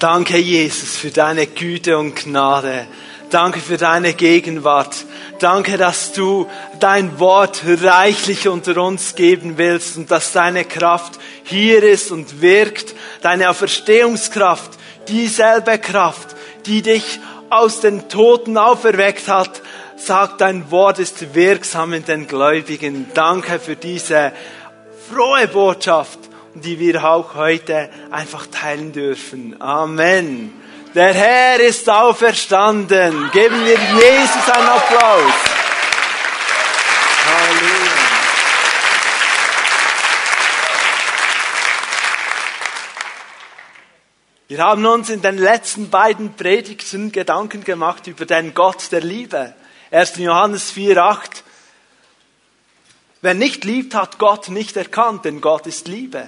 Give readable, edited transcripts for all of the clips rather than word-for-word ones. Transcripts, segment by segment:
Danke, Jesus, für deine Güte und Gnade. Danke für deine Gegenwart. Danke, dass du dein Wort reichlich unter uns geben willst und dass deine Kraft hier ist und wirkt. Deine Auferstehungskraft, dieselbe Kraft, die dich aus den Toten auferweckt hat, sagt, dein Wort ist wirksam in den Gläubigen. Danke für diese frohe Botschaft, die wir auch heute einfach teilen dürfen. Amen. Der Herr ist auferstanden. Geben wir Jesus einen Applaus. Halleluja. Wir haben uns in den letzten beiden Predigten Gedanken gemacht über den Gott der Liebe. 1. Johannes 4,8. Wer nicht liebt, hat Gott nicht erkannt, denn Gott ist Liebe.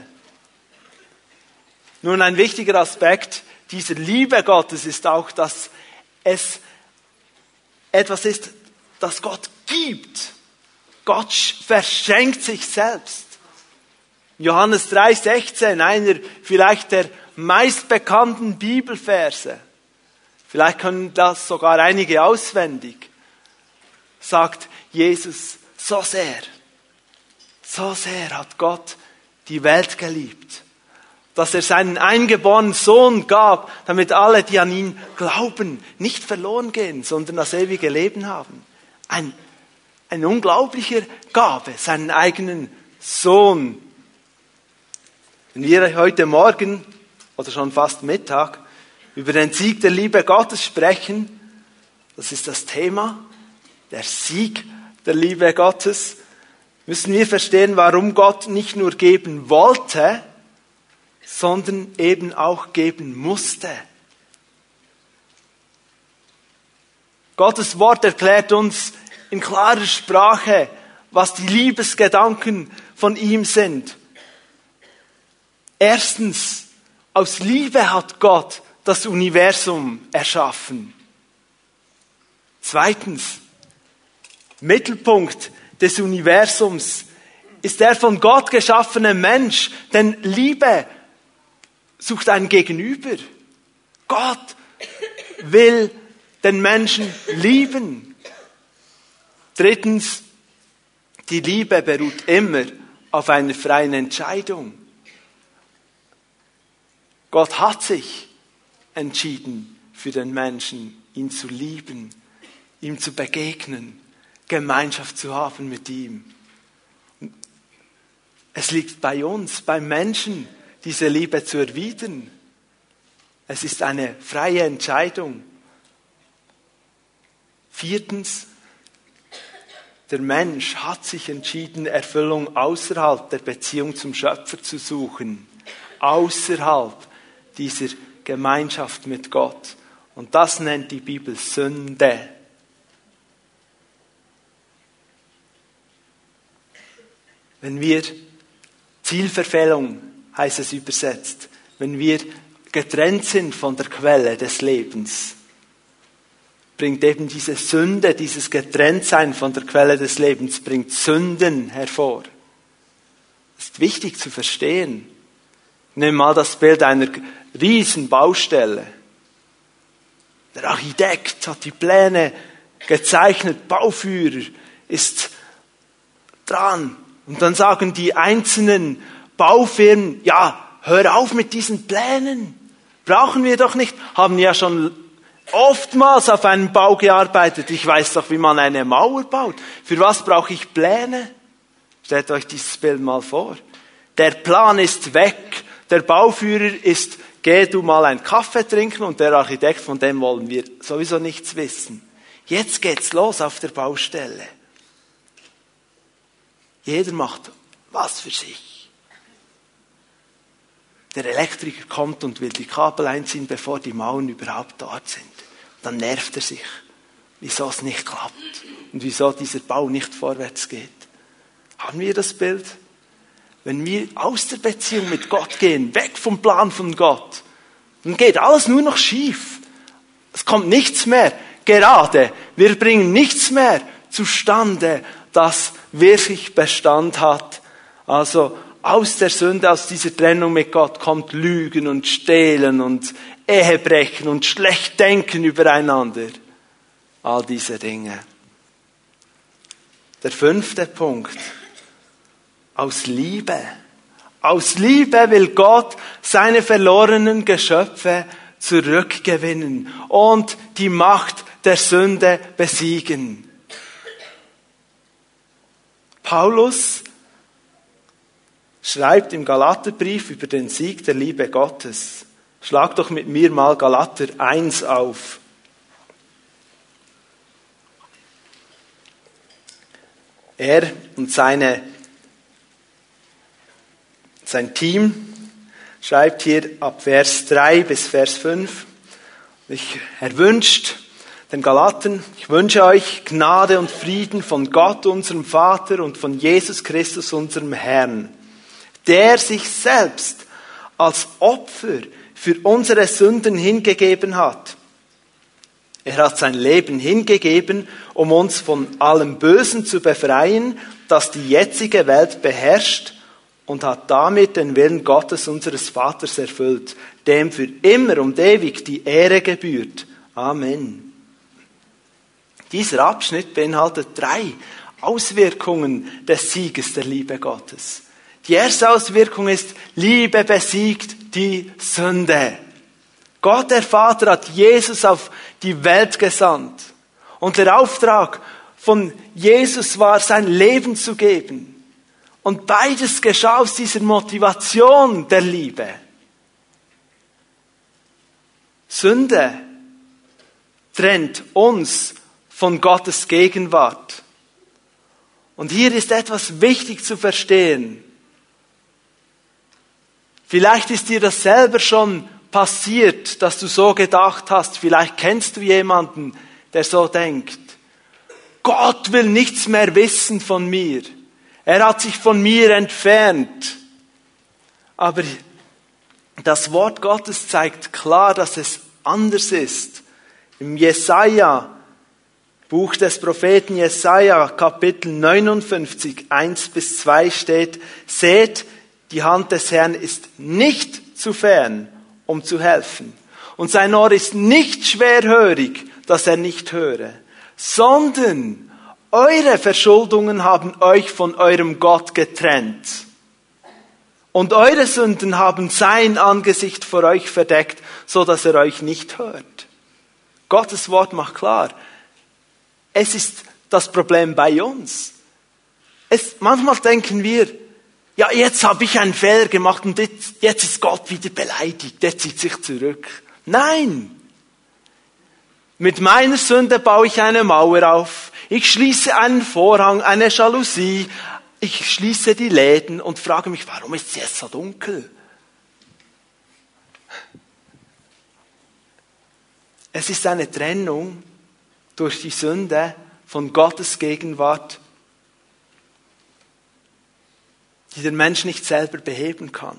Nun, ein wichtiger Aspekt dieser Liebe Gottes ist auch, dass es etwas ist, das Gott gibt. Gott verschenkt sich selbst. Johannes 3,16, einer vielleicht der meistbekannten Bibelverse, vielleicht können das sogar einige auswendig, sagt Jesus, so sehr hat Gott die Welt geliebt, dass er seinen eingeborenen Sohn gab, damit alle, die an ihn glauben, nicht verloren gehen, sondern das ewige Leben haben. Eine unglaubliche Gabe, seinen eigenen Sohn. Wenn wir heute Morgen oder schon fast Mittag über den Sieg der Liebe Gottes sprechen, das ist das Thema, der Sieg der Liebe Gottes, müssen wir verstehen, warum Gott nicht nur geben wollte, sondern eben auch geben musste. Gottes Wort erklärt uns in klarer Sprache, was die Liebesgedanken von ihm sind. Erstens, aus Liebe hat Gott das Universum erschaffen. Zweitens, Mittelpunkt des Universums ist der von Gott geschaffene Mensch, denn Liebe sucht ein Gegenüber. Gott will den Menschen lieben. Drittens, die Liebe beruht immer auf einer freien Entscheidung. Gott hat sich entschieden für den Menschen, ihn zu lieben, ihm zu begegnen, Gemeinschaft zu haben mit ihm. Es liegt bei uns, beim Menschen, diese Liebe zu erwidern. Es ist eine freie Entscheidung. Viertens, der Mensch hat sich entschieden, Erfüllung außerhalb der Beziehung zum Schöpfer zu suchen. Außerhalb dieser Gemeinschaft mit Gott. Und das nennt die Bibel Sünde. Wenn wir Zielverfehlung, heißt es übersetzt, wenn wir getrennt sind von der Quelle des Lebens, bringt eben diese Sünde, dieses Getrenntsein von der Quelle des Lebens, bringt Sünden hervor. Das ist wichtig zu verstehen. Nimm mal das Bild einer riesen Baustelle. Der Architekt hat die Pläne gezeichnet, Bauführer ist dran. Und dann sagen die einzelnen Baufirmen, ja, hör auf mit diesen Plänen. Brauchen wir doch nicht. Haben ja schon oftmals auf einem Bau gearbeitet. Ich weiß doch, wie man eine Mauer baut. Für was brauche ich Pläne? Stellt euch dieses Bild mal vor. Der Plan ist weg. Der Bauführer ist, geh du mal einen Kaffee trinken, und der Architekt, von dem wollen wir sowieso nichts wissen. Jetzt geht's los auf der Baustelle. Jeder macht was für sich. Der Elektriker kommt und will die Kabel einziehen, bevor die Mauern überhaupt dort sind. Dann nervt er sich, wieso es nicht klappt und wieso dieser Bau nicht vorwärts geht. Haben wir das Bild? Wenn wir aus der Beziehung mit Gott gehen, weg vom Plan von Gott, dann geht alles nur noch schief. Es kommt nichts mehr gerade. Wir bringen nichts mehr zustande, das wirklich Bestand hat. Also Aus der Sünde, aus dieser Trennung mit Gott kommt Lügen und Stehlen und Ehebrechen und schlecht denken übereinander. All diese Dinge. Der 5. Punkt. Aus Liebe. Aus Liebe will Gott seine verlorenen Geschöpfe zurückgewinnen und die Macht der Sünde besiegen. Paulus schreibt im Galaterbrief über den Sieg der Liebe Gottes. Schlag doch mit mir mal Galater 1 auf. Er und sein Team schreibt hier ab Vers 3 bis Vers 5. Er wünscht den Galatern, ich wünsche euch Gnade und Frieden von Gott, unserem Vater, und von Jesus Christus, unserem Herrn, der sich selbst als Opfer für unsere Sünden hingegeben hat. Er hat sein Leben hingegeben, um uns von allem Bösen zu befreien, das die jetzige Welt beherrscht, und hat damit den Willen Gottes, unseres Vaters, erfüllt, dem für immer und ewig die Ehre gebührt. Amen. Dieser Abschnitt beinhaltet 3 Auswirkungen des Sieges der Liebe Gottes. Die erste Auswirkung ist, Liebe besiegt die Sünde. Gott, der Vater, hat Jesus auf die Welt gesandt. Und der Auftrag von Jesus war, sein Leben zu geben. Und beides geschah aus dieser Motivation der Liebe. Sünde trennt uns von Gottes Gegenwart. Und hier ist etwas wichtig zu verstehen. Vielleicht ist dir das selber schon passiert, dass du so gedacht hast. Vielleicht kennst du jemanden, der so denkt. Gott will nichts mehr wissen von mir. Er hat sich von mir entfernt. Aber das Wort Gottes zeigt klar, dass es anders ist. Im Jesaja, Buch des Propheten Jesaja, Kapitel 59, 1-2 steht: Seht, die Hand des Herrn ist nicht zu fern, um zu helfen. Und sein Ohr ist nicht schwerhörig, dass er nicht höre. Sondern eure Verschuldungen haben euch von eurem Gott getrennt. Und eure Sünden haben sein Angesicht vor euch verdeckt, so dass er euch nicht hört. Gottes Wort macht klar, es ist das Problem bei uns. Manchmal denken wir, ja, jetzt habe ich einen Fehler gemacht und jetzt ist Gott wieder beleidigt, der zieht sich zurück. Nein! Mit meiner Sünde baue ich eine Mauer auf. Ich schließe einen Vorhang, eine Jalousie. Ich schließe die Läden und frage mich, warum ist es jetzt so dunkel? Es ist eine Trennung durch die Sünde von Gottes Gegenwart, die der Mensch nicht selber beheben kann.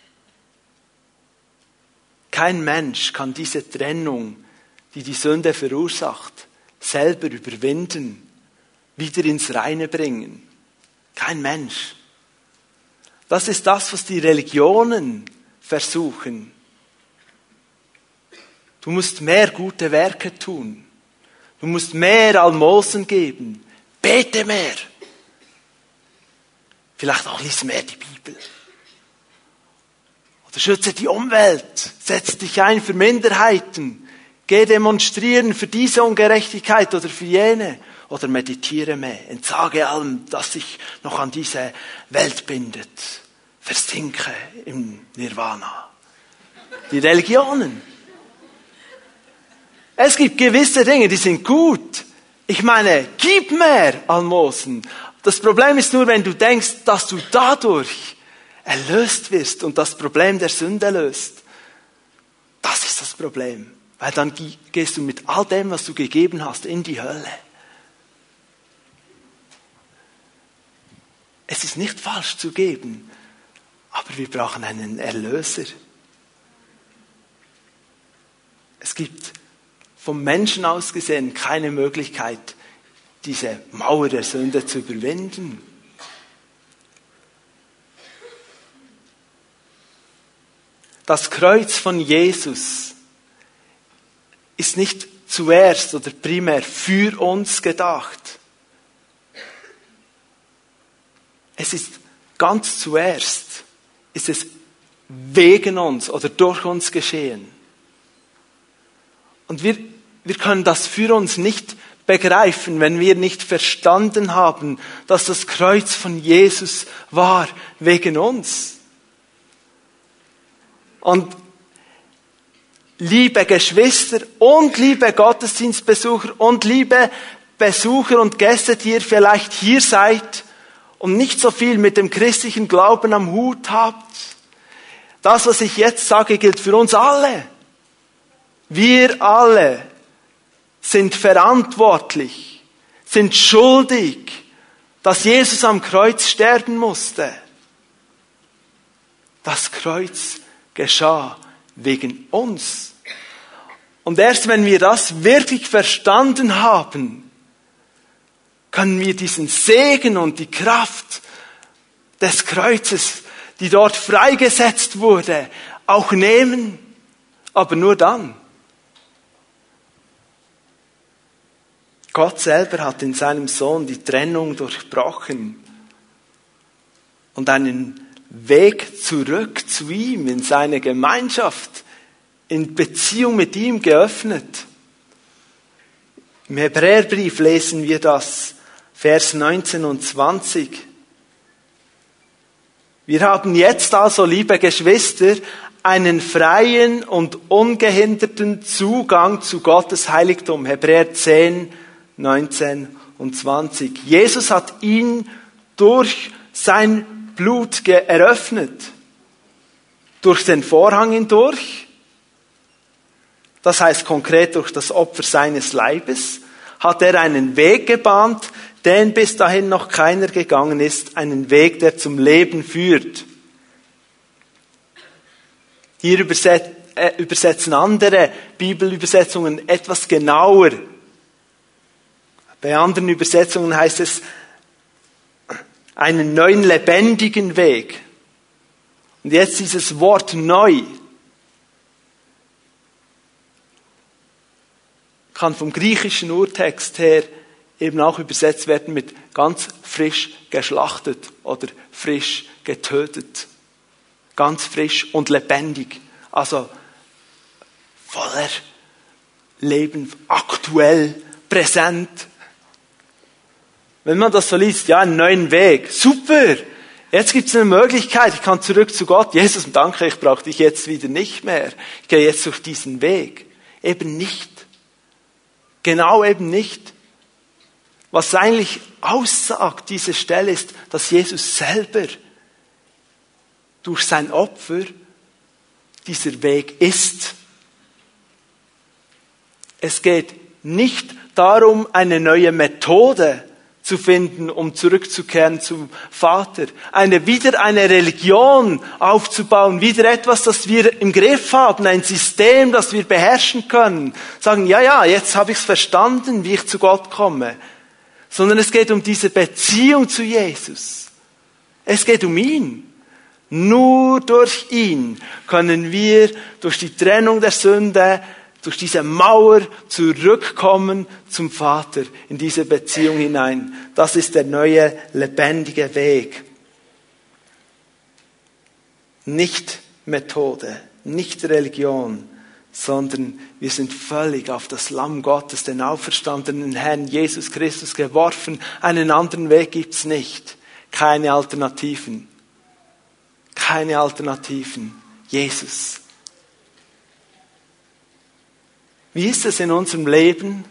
Kein Mensch kann diese Trennung, die die Sünde verursacht, selber überwinden, wieder ins Reine bringen. Kein Mensch. Das ist das, was die Religionen versuchen. Du musst mehr gute Werke tun. Du musst mehr Almosen geben. Bete mehr. Vielleicht auch lies mehr die Bibel. Oder schütze die Umwelt. Setz dich ein für Minderheiten. Geh demonstrieren für diese Ungerechtigkeit oder für jene. Oder meditiere mehr. Entsage allem, das sich noch an diese Welt bindet. Versinke im Nirvana. Die Religionen. Es gibt gewisse Dinge, die sind gut. Ich meine, gib mehr Almosen. Das Problem ist nur, wenn du denkst, dass du dadurch erlöst wirst und das Problem der Sünde löst. Das ist das Problem. Weil dann gehst du mit all dem, was du gegeben hast, in die Hölle. Es ist nicht falsch zu geben, aber wir brauchen einen Erlöser. Es gibt vom Menschen aus gesehen keine Möglichkeit, diese Mauer der Sünde zu überwinden. das Kreuz von Jesus ist nicht zuerst oder primär für uns gedacht. Es ist ganz zuerst, ist es wegen uns oder durch uns geschehen. Und wir können das für uns nicht begreifen, wenn wir nicht verstanden haben, dass das Kreuz von Jesus war wegen uns. Und liebe Geschwister und liebe Gottesdienstbesucher und liebe Besucher und Gäste, die ihr vielleicht hier seid und nicht so viel mit dem christlichen Glauben am Hut habt, das, was ich jetzt sage, gilt für uns alle. Wir alle sind verantwortlich, sind schuldig, dass Jesus am Kreuz sterben musste. Das Kreuz geschah wegen uns. Und erst wenn wir das wirklich verstanden haben, können wir diesen Segen und die Kraft des Kreuzes, die dort freigesetzt wurde, auch nehmen, aber nur dann. Gott selber hat in seinem Sohn die Trennung durchbrochen und einen Weg zurück zu ihm, in seine Gemeinschaft, in Beziehung mit ihm geöffnet. Im Hebräerbrief lesen wir das, Vers 19 und 20. Wir haben jetzt also, liebe Geschwister, einen freien und ungehinderten Zugang zu Gottes Heiligtum. Hebräer 10, 19 und 20. Jesus hat ihn durch sein Blut eröffnet. Durch den Vorhang hindurch. Das heißt konkret durch das Opfer seines Leibes. Hat er einen Weg gebahnt, den bis dahin noch keiner gegangen ist. Einen Weg, der zum Leben führt. Hier übersetzen andere Bibelübersetzungen etwas genauer. Bei anderen Übersetzungen heißt es, einen neuen lebendigen Weg. Und jetzt dieses Wort neu kann vom griechischen Urtext her eben auch übersetzt werden mit ganz frisch geschlachtet oder frisch getötet. Ganz frisch und lebendig. Also voller Leben, aktuell, präsent. Wenn man das so liest, ja, einen neuen Weg. Super! Jetzt gibt es eine Möglichkeit, ich kann zurück zu Gott. Jesus, danke, ich brauche dich jetzt wieder nicht mehr. Ich gehe jetzt durch diesen Weg. Eben nicht. Genau eben nicht. Was eigentlich aussagt, diese Stelle, ist, dass Jesus selber durch sein Opfer dieser Weg ist. Es geht nicht darum, eine neue Methode zu finden, um zurückzukehren zum Vater. Wieder eine Religion aufzubauen, wieder etwas, das wir im Griff haben, ein System, das wir beherrschen können. Sagen, ja, jetzt habe ich es verstanden, wie ich zu Gott komme. Sondern es geht um diese Beziehung zu Jesus. Es geht um ihn. Nur durch ihn können wir durch die Trennung der Sünde, durch diese Mauer zurückkommen zum Vater, in diese Beziehung hinein. Das ist der neue, lebendige Weg. Nicht Methode, nicht Religion, sondern wir sind völlig auf das Lamm Gottes, den auferstandenen Herrn Jesus Christus geworfen. Einen anderen Weg gibt's nicht. Keine Alternativen. Keine Alternativen. Jesus. Wie ist es in unserem Leben?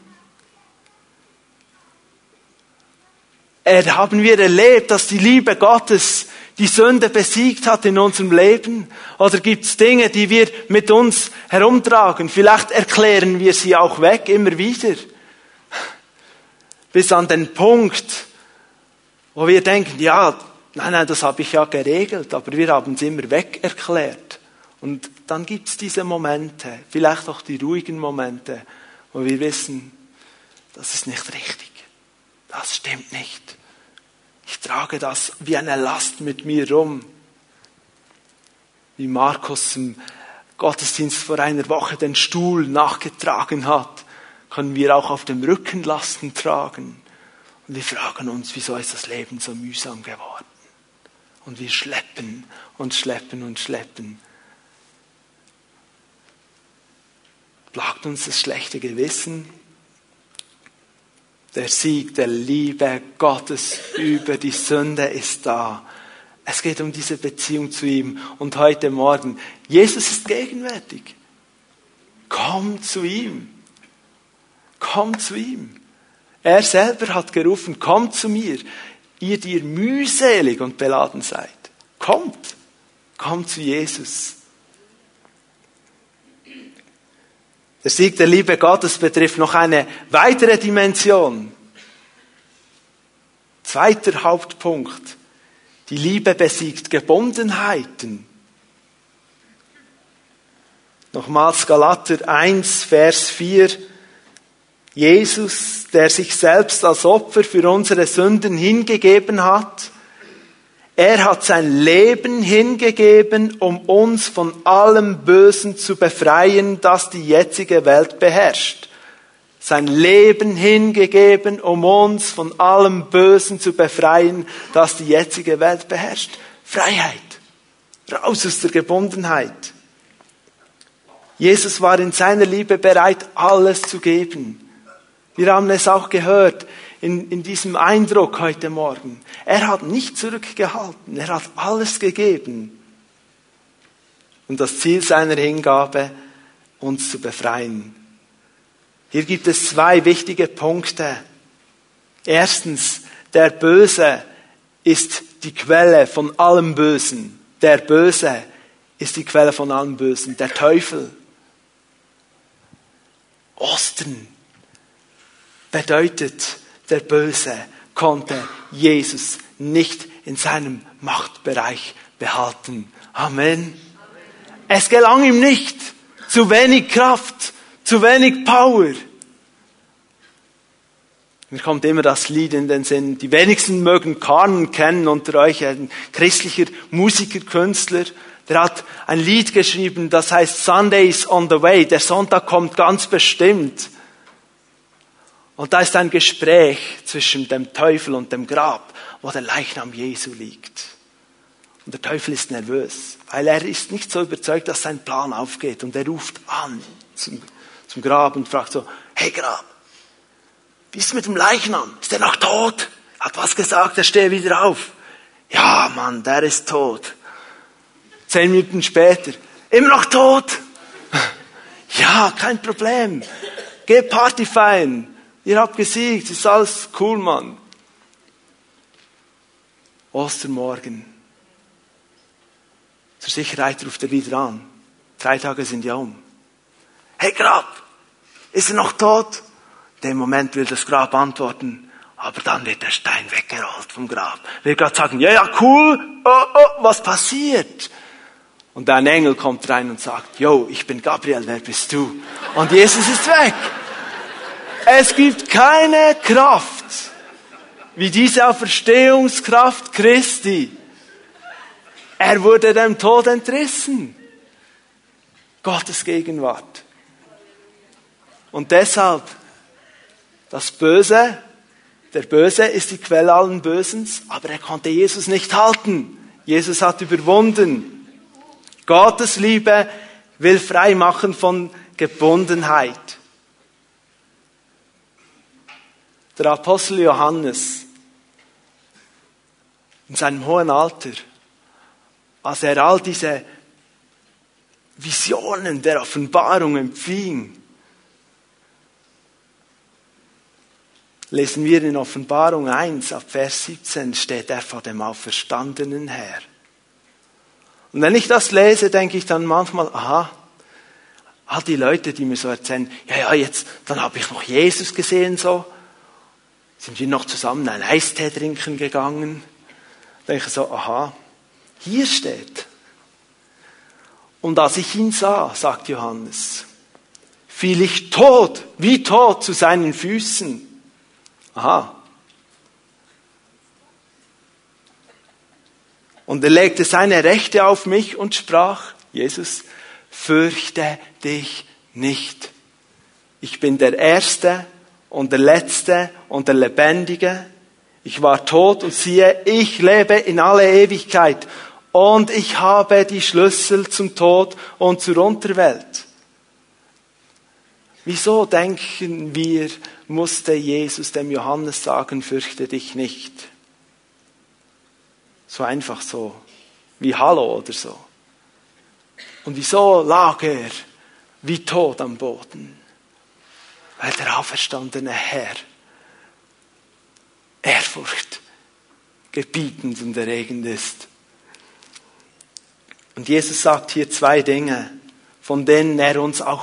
Haben wir erlebt, dass die Liebe Gottes die Sünde besiegt hat in unserem Leben? Oder gibt es Dinge, die wir mit uns herumtragen? Vielleicht erklären wir sie auch weg, immer wieder. Bis an den Punkt, wo wir denken, ja, nein, das habe ich ja geregelt, aber wir haben es immer weg erklärt. Und dann gibt es diese Momente, vielleicht auch die ruhigen Momente, wo wir wissen, das ist nicht richtig. Das stimmt nicht. Ich trage das wie eine Last mit mir rum. Wie Markus Gottesdienst vor einer Woche den Stuhl nachgetragen hat, können wir auch auf dem Rücken Lasten tragen. Und wir fragen uns, wieso ist das Leben so mühsam geworden? Und wir schleppen und schleppen und schleppen. Plagt uns das schlechte Gewissen? Der Sieg der Liebe Gottes über die Sünde ist da. Es geht um diese Beziehung zu ihm. Und heute Morgen, Jesus ist gegenwärtig. Komm zu ihm. Komm zu ihm. Er selber hat gerufen, kommt zu mir, ihr, die ihr mühselig und beladen seid. Kommt zu Jesus. Der Sieg der Liebe Gottes betrifft noch eine weitere Dimension. Zweiter Hauptpunkt. Die Liebe besiegt Gebundenheiten. Nochmals Galater 1, Vers 4. Jesus, der sich selbst als Opfer für unsere Sünden hingegeben hat, er hat sein Leben hingegeben, um uns von allem Bösen zu befreien, das die jetzige Welt beherrscht. Sein Leben hingegeben, um uns von allem Bösen zu befreien, das die jetzige Welt beherrscht. Freiheit. Raus aus der Gebundenheit. Jesus war in seiner Liebe bereit, alles zu geben. Wir haben es auch gehört in diesem Eindruck heute Morgen. Er hat nicht zurückgehalten, er hat alles gegeben. Und das Ziel seiner Hingabe, uns zu befreien. Hier gibt es 2 wichtige Punkte. Erstens, der Böse ist die Quelle von allem Bösen. Der Böse ist die Quelle von allem Bösen, der Teufel. Ostern bedeutet, der Böse konnte Jesus nicht in seinem Machtbereich behalten. Amen. Es gelang ihm nicht. Zu wenig Kraft, zu wenig Power. Mir kommt immer das Lied in den Sinn. Die wenigsten mögen Carmen kennen unter euch, ein christlicher Musiker, Künstler. Der hat ein Lied geschrieben, das heißt Sunday is on the way. Der Sonntag kommt ganz bestimmt. Und da ist ein Gespräch zwischen dem Teufel und dem Grab, wo der Leichnam Jesu liegt. Und der Teufel ist nervös, weil er ist nicht so überzeugt, dass sein Plan aufgeht. Und er ruft an zum Grab und fragt so, hey Grab, wie ist es mit dem Leichnam? Ist er noch tot? Hat was gesagt, er stehe wieder auf. Ja Mann, der ist tot. 10 Minuten später, immer noch tot? Ja, kein Problem. Geh Party feiern. Ihr habt gesiegt, ist alles cool, Mann. Ostermorgen. Zur Sicherheit ruft er wieder an. 3 Tage sind ja um. Hey Grab, ist er noch tot? In dem Moment will das Grab antworten, aber dann wird der Stein weggerollt vom Grab. Will gerade sagen, ja, cool, was passiert? Und ein Engel kommt rein und sagt, yo, ich bin Gabriel, wer bist du? Und Jesus ist weg. Es gibt keine Kraft wie diese Auferstehungskraft Christi. Er wurde dem Tod entrissen. Gottes Gegenwart. Und deshalb, der Böse ist die Quelle allen Bösens, aber er konnte Jesus nicht halten. Jesus hat überwunden. Gottes Liebe will frei machen von Gebundenheit. Der Apostel Johannes, in seinem hohen Alter, als er all diese Visionen der Offenbarung empfing, lesen wir in Offenbarung 1, ab Vers 17, steht er vor dem auferstandenen Herr. Und wenn ich das lese, denke ich dann manchmal, all die Leute, die mir so erzählen, jetzt, dann habe ich noch Jesus gesehen, so. Sind wir noch zusammen einen Eistee trinken gegangen? Da denke ich so, hier steht. Und als ich ihn sah, sagt Johannes, fiel ich tot, wie tot zu seinen Füßen. Und er legte seine Rechte auf mich und sprach, Jesus, fürchte dich nicht. Ich bin der Erste und der Letzte und der Lebendige. Ich war tot und siehe, ich lebe in alle Ewigkeit und ich habe die Schlüssel zum Tod und zur Unterwelt. Wieso denken wir, musste Jesus dem Johannes sagen, fürchte dich nicht? So einfach so, wie Hallo oder so. Und wieso lag er wie tot am Boden? Weil der auferstandene Herr Ehrfurcht gebietend und erregend ist. Und Jesus sagt hier zwei Dinge, von denen er uns auch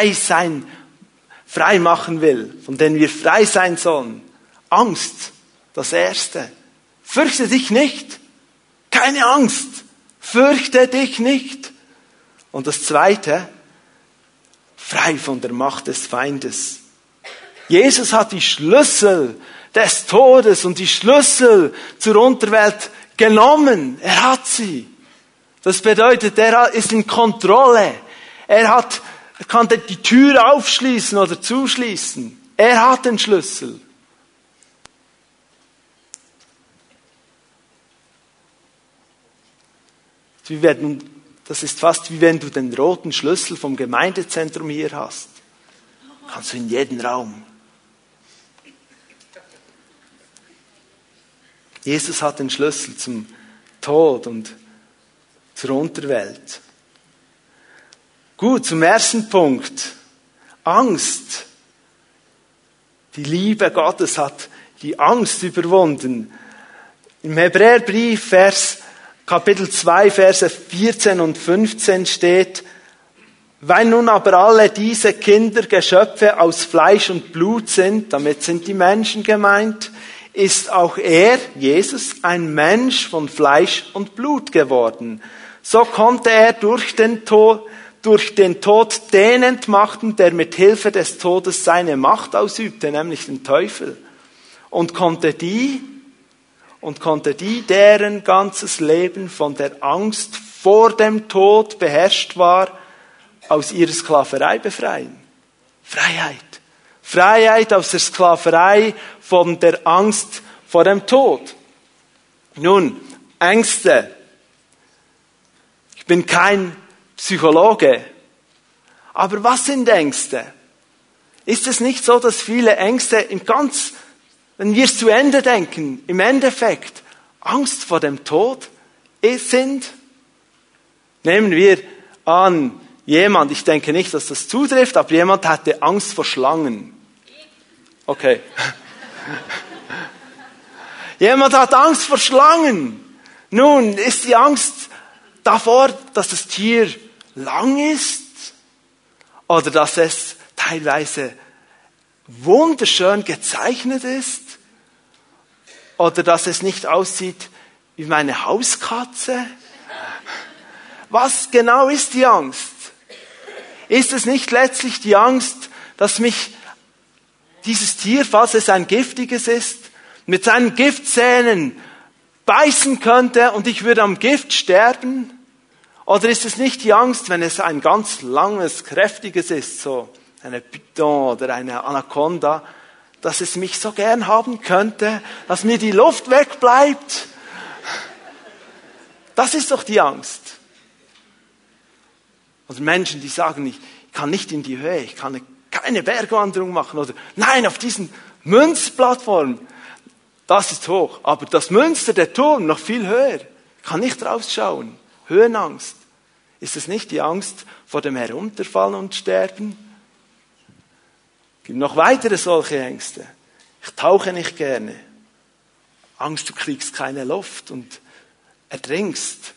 frei machen will, von denen wir frei sein sollen. Angst, das Erste. Fürchte dich nicht. Keine Angst. Fürchte dich nicht. Und das Zweite, frei von der Macht des Feindes. Jesus hat die Schlüssel des Todes und die Schlüssel zur Unterwelt genommen. Er hat sie. Das bedeutet, er ist in Kontrolle. Er kann die Tür aufschließen oder zuschließen. Er hat den Schlüssel. Das ist fast wie wenn du den roten Schlüssel vom Gemeindezentrum hier hast. Kannst du in jeden Raum. Jesus hat den Schlüssel zum Tod und zur Unterwelt. Gut, zum ersten Punkt. Angst. Die Liebe Gottes hat die Angst überwunden. Im Hebräerbrief, Kapitel 2, Verse 14 und 15 steht, weil nun aber alle diese Kinder Geschöpfe aus Fleisch und Blut sind, damit sind die Menschen gemeint, ist auch er, Jesus, ein Mensch von Fleisch und Blut geworden. So konnte er durch den Tod den entmachten, der mit Hilfe des Todes seine Macht ausübte, nämlich den Teufel. Und konnte die, deren ganzes Leben von der Angst vor dem Tod beherrscht war, aus ihrer Sklaverei befreien. Freiheit. Freiheit aus der Sklaverei von der Angst vor dem Tod. Nun, Ängste. Ich bin kein Psychologe. Aber was sind Ängste? Ist es nicht so, dass viele Ängste wenn wir es zu Ende denken, im Endeffekt Angst vor dem Tod sind? Nehmen wir an, ich denke nicht, dass das zutrifft, aber jemand hatte Angst vor Schlangen. Okay. Jemand hat Angst vor Schlangen. Nun, ist die Angst davor, dass das Tier lang ist? Oder dass es teilweise wunderschön gezeichnet ist? Oder dass es nicht aussieht wie meine Hauskatze? Was genau ist die Angst? Ist es nicht letztlich die Angst, dass mich dieses Tier, falls es ein giftiges ist, mit seinen Giftzähnen beißen könnte und ich würde am Gift sterben? Oder ist es nicht die Angst, wenn es ein ganz langes, kräftiges ist, so eine Python oder eine Anaconda, dass es mich so gern haben könnte, dass mir die Luft wegbleibt? Das ist doch die Angst. Oder Menschen, die sagen, ich kann nicht in die Höhe, ich kann keine Bergwanderung machen. Oder nein, auf diesen Münzplattformen, das ist hoch. Aber das Münster, der Turm, noch viel höher. Ich kann nicht rausschauen. Höhenangst. Ist es nicht die Angst vor dem Herunterfallen und Sterben? Es gibt noch weitere solche Ängste. Ich tauche nicht gerne. Angst, du kriegst keine Luft und ertrinkst.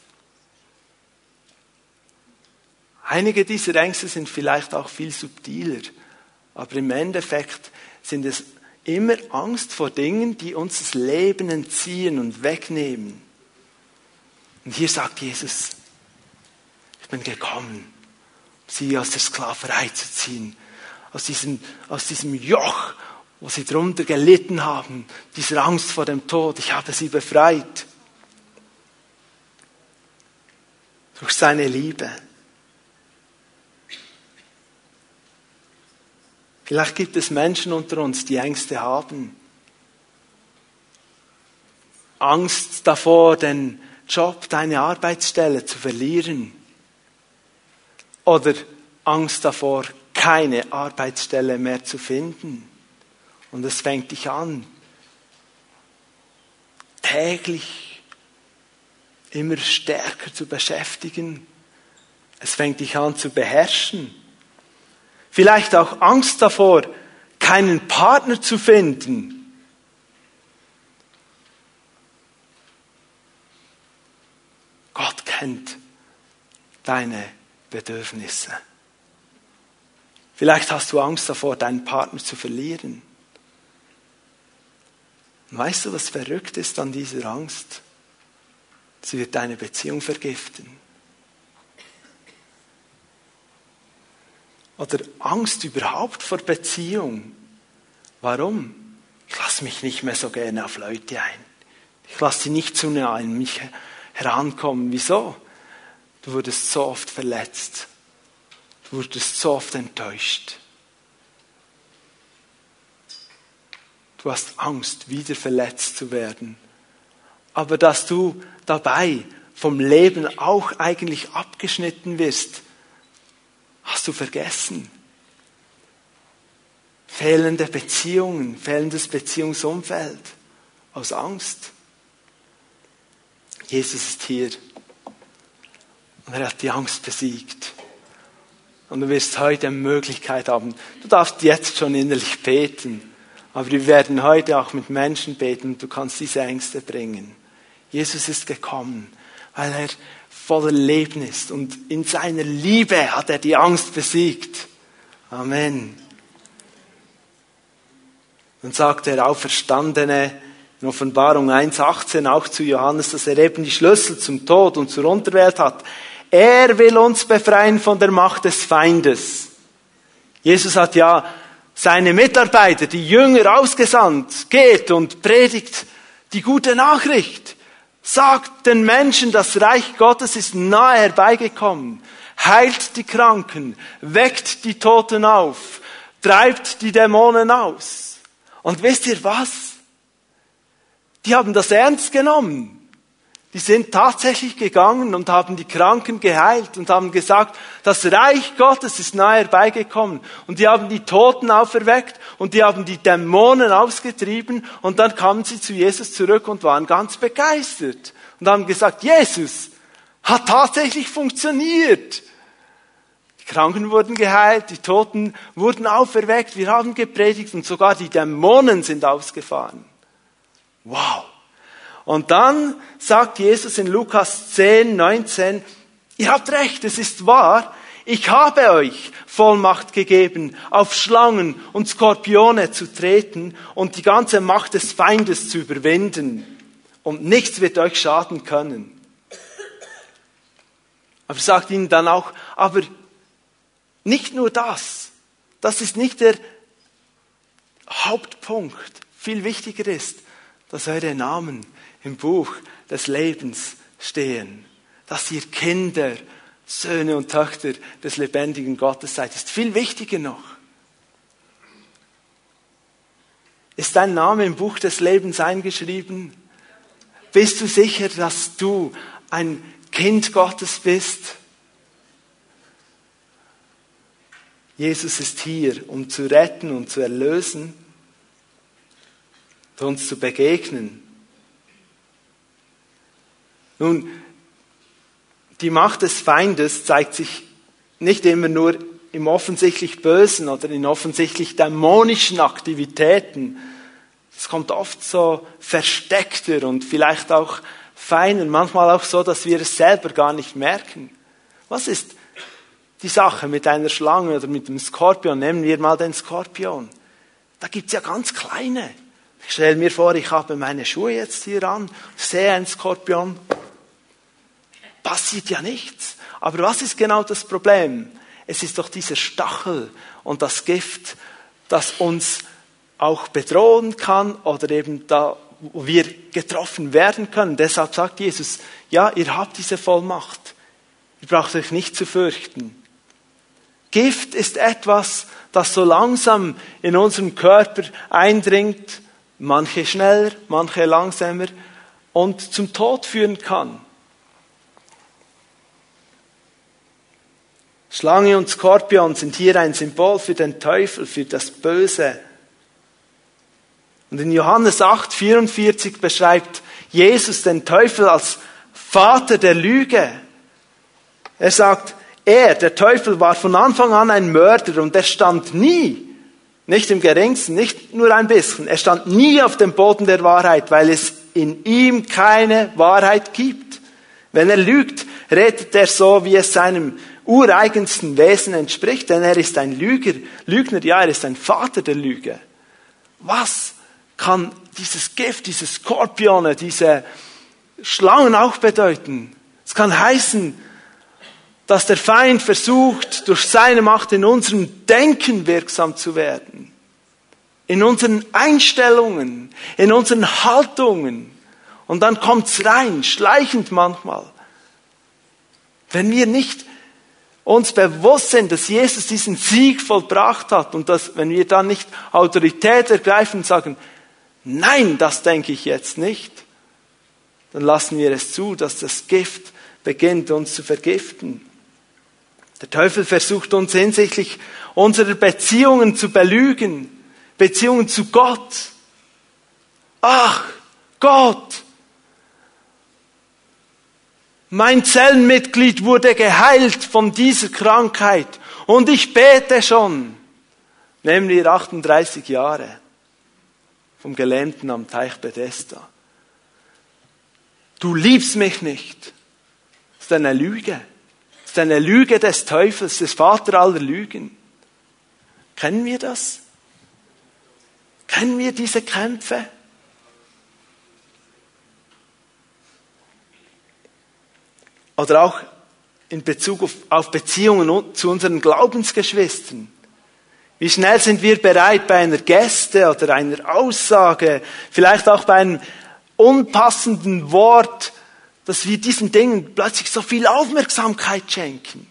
Einige dieser Ängste sind vielleicht auch viel subtiler, aber im Endeffekt sind es immer Angst vor Dingen, die uns das Leben entziehen und wegnehmen. Und hier sagt Jesus, ich bin gekommen, sie aus der Sklaverei zu ziehen, aus diesem Joch, wo sie drunter gelitten haben, dieser Angst vor dem Tod. Ich habe sie befreit. Durch seine Liebe. Vielleicht gibt es Menschen unter uns, die Ängste haben. Angst davor, den Job, deine Arbeitsstelle zu verlieren. Oder Angst davor, keine Arbeitsstelle mehr zu finden. Und es fängt dich an, täglich immer stärker zu beschäftigen. Es fängt dich an zu beherrschen. Vielleicht auch Angst davor, keinen Partner zu finden. Gott kennt deine Bedürfnisse. Vielleicht hast du Angst davor, deinen Partner zu verlieren. Und weißt du, was verrückt ist an dieser Angst? Sie wird deine Beziehung vergiften. Oder Angst überhaupt vor Beziehung. Warum? Ich lasse mich nicht mehr so gerne auf Leute ein. Ich lasse sie nicht zu nah an mich herankommen. Wieso? Du wurdest so oft verletzt. Du wurdest so oft enttäuscht. Du hast Angst, wieder verletzt zu werden. Aber dass du dabei vom Leben auch eigentlich abgeschnitten wirst, hast du vergessen. Fehlende Beziehungen, fehlendes Beziehungsumfeld aus Angst. Jesus ist hier und er hat die Angst besiegt. Und du wirst heute eine Möglichkeit haben. Du darfst jetzt schon innerlich beten, aber wir werden heute auch mit Menschen beten und du kannst diese Ängste bringen. Jesus ist gekommen, weil er voller Leben ist und in seiner Liebe hat er die Angst besiegt. Amen. Dann sagt der Auferstandene in Offenbarung 1,18 auch zu Johannes, dass er eben die Schlüssel zum Tod und zur Unterwelt hat. Er will uns befreien von der Macht des Feindes. Jesus hat ja seine Mitarbeiter, die Jünger, ausgesandt. Geht und predigt die gute Nachricht. Sagt den Menschen, das Reich Gottes ist nahe herbeigekommen. Heilt die Kranken, weckt die Toten auf, treibt die Dämonen aus. Und wisst ihr was? Die haben das ernst genommen. Die sind tatsächlich gegangen und haben die Kranken geheilt und haben gesagt, das Reich Gottes ist nahe herbeigekommen. Und die haben die Toten auferweckt und die haben die Dämonen ausgetrieben und dann kamen sie zu Jesus zurück und waren ganz begeistert. Und haben gesagt, Jesus hat tatsächlich funktioniert. Die Kranken wurden geheilt, die Toten wurden auferweckt, wir haben gepredigt und sogar die Dämonen sind ausgefahren. Wow! Und dann sagt Jesus in Lukas 10, 19, ihr habt recht, es ist wahr, ich habe euch Vollmacht gegeben, auf Schlangen und Skorpione zu treten und die ganze Macht des Feindes zu überwinden. Und nichts wird euch schaden können. Aber sagt ihnen dann auch, aber nicht nur das. Das ist nicht der Hauptpunkt. Viel wichtiger ist, dass eure Namen im Buch des Lebens stehen. Dass ihr Kinder, Söhne und Töchter des lebendigen Gottes seid. Ist viel wichtiger noch. Ist dein Name im Buch des Lebens eingeschrieben? Bist du sicher, dass du ein Kind Gottes bist? Jesus ist hier, um zu retten und zu erlösen und uns zu begegnen. Nun, die Macht des Feindes zeigt sich nicht immer nur im offensichtlich Bösen oder in offensichtlich dämonischen Aktivitäten. Es kommt oft so versteckter und vielleicht auch feiner, manchmal auch so, dass wir es selber gar nicht merken. Was ist die Sache mit einer Schlange oder mit dem Skorpion? Nehmen wir mal den Skorpion. Da gibt's ja ganz kleine. Ich stelle mir vor, ich habe meine Schuhe jetzt hier an, sehe einen Skorpion. Passiert ja nichts. Aber was ist genau das Problem? Es ist doch dieser Stachel und das Gift, das uns auch bedrohen kann oder eben da, wo wir getroffen werden können. Deshalb sagt Jesus, ja, ihr habt diese Vollmacht. Ihr braucht euch nicht zu fürchten. Gift ist etwas, das so langsam in unseren Körper eindringt, manche schneller, manche langsamer, und zum Tod führen kann. Schlange und Skorpion sind hier ein Symbol für den Teufel, für das Böse. Und in Johannes 8,44 beschreibt Jesus den Teufel als Vater der Lüge. Er sagt, der Teufel, war von Anfang an ein Mörder und er stand nie, nicht im geringsten, nicht nur ein bisschen, er stand nie auf dem Boden der Wahrheit, weil es in ihm keine Wahrheit gibt. Wenn er lügt, redet er so, wie es seinem ureigensten Wesen entspricht, denn er ist ein Lügner, ja, er ist ein Vater der Lüge. Was kann dieses Gift, diese Skorpione, diese Schlangen auch bedeuten? Es kann heißen, dass der Feind versucht, durch seine Macht in unserem Denken wirksam zu werden, in unseren Einstellungen, in unseren Haltungen. Und dann kommt's rein, schleichend manchmal. Wenn wir nicht uns bewusst sind, dass Jesus diesen Sieg vollbracht hat und dass, wenn wir dann nicht Autorität ergreifen und sagen, nein, das denke ich jetzt nicht, dann lassen wir es zu, dass das Gift beginnt, uns zu vergiften. Der Teufel versucht uns hinsichtlich unserer Beziehungen zu belügen, Beziehungen zu Gott. Ach, Gott, mein Zellenmitglied wurde geheilt von dieser Krankheit und ich bete schon, nämlich 38 Jahre vom Gelähmten am Teich Bethesda. Du liebst mich nicht. Das ist eine Lüge. Das ist eine Lüge des Teufels, des Vater aller Lügen. Kennen wir das? Kennen wir diese Kämpfe? Oder auch in Bezug auf Beziehungen zu unseren Glaubensgeschwistern. Wie schnell sind wir bereit, bei einer Geste oder einer Aussage, vielleicht auch bei einem unpassenden Wort, dass wir diesen Dingen plötzlich so viel Aufmerksamkeit schenken.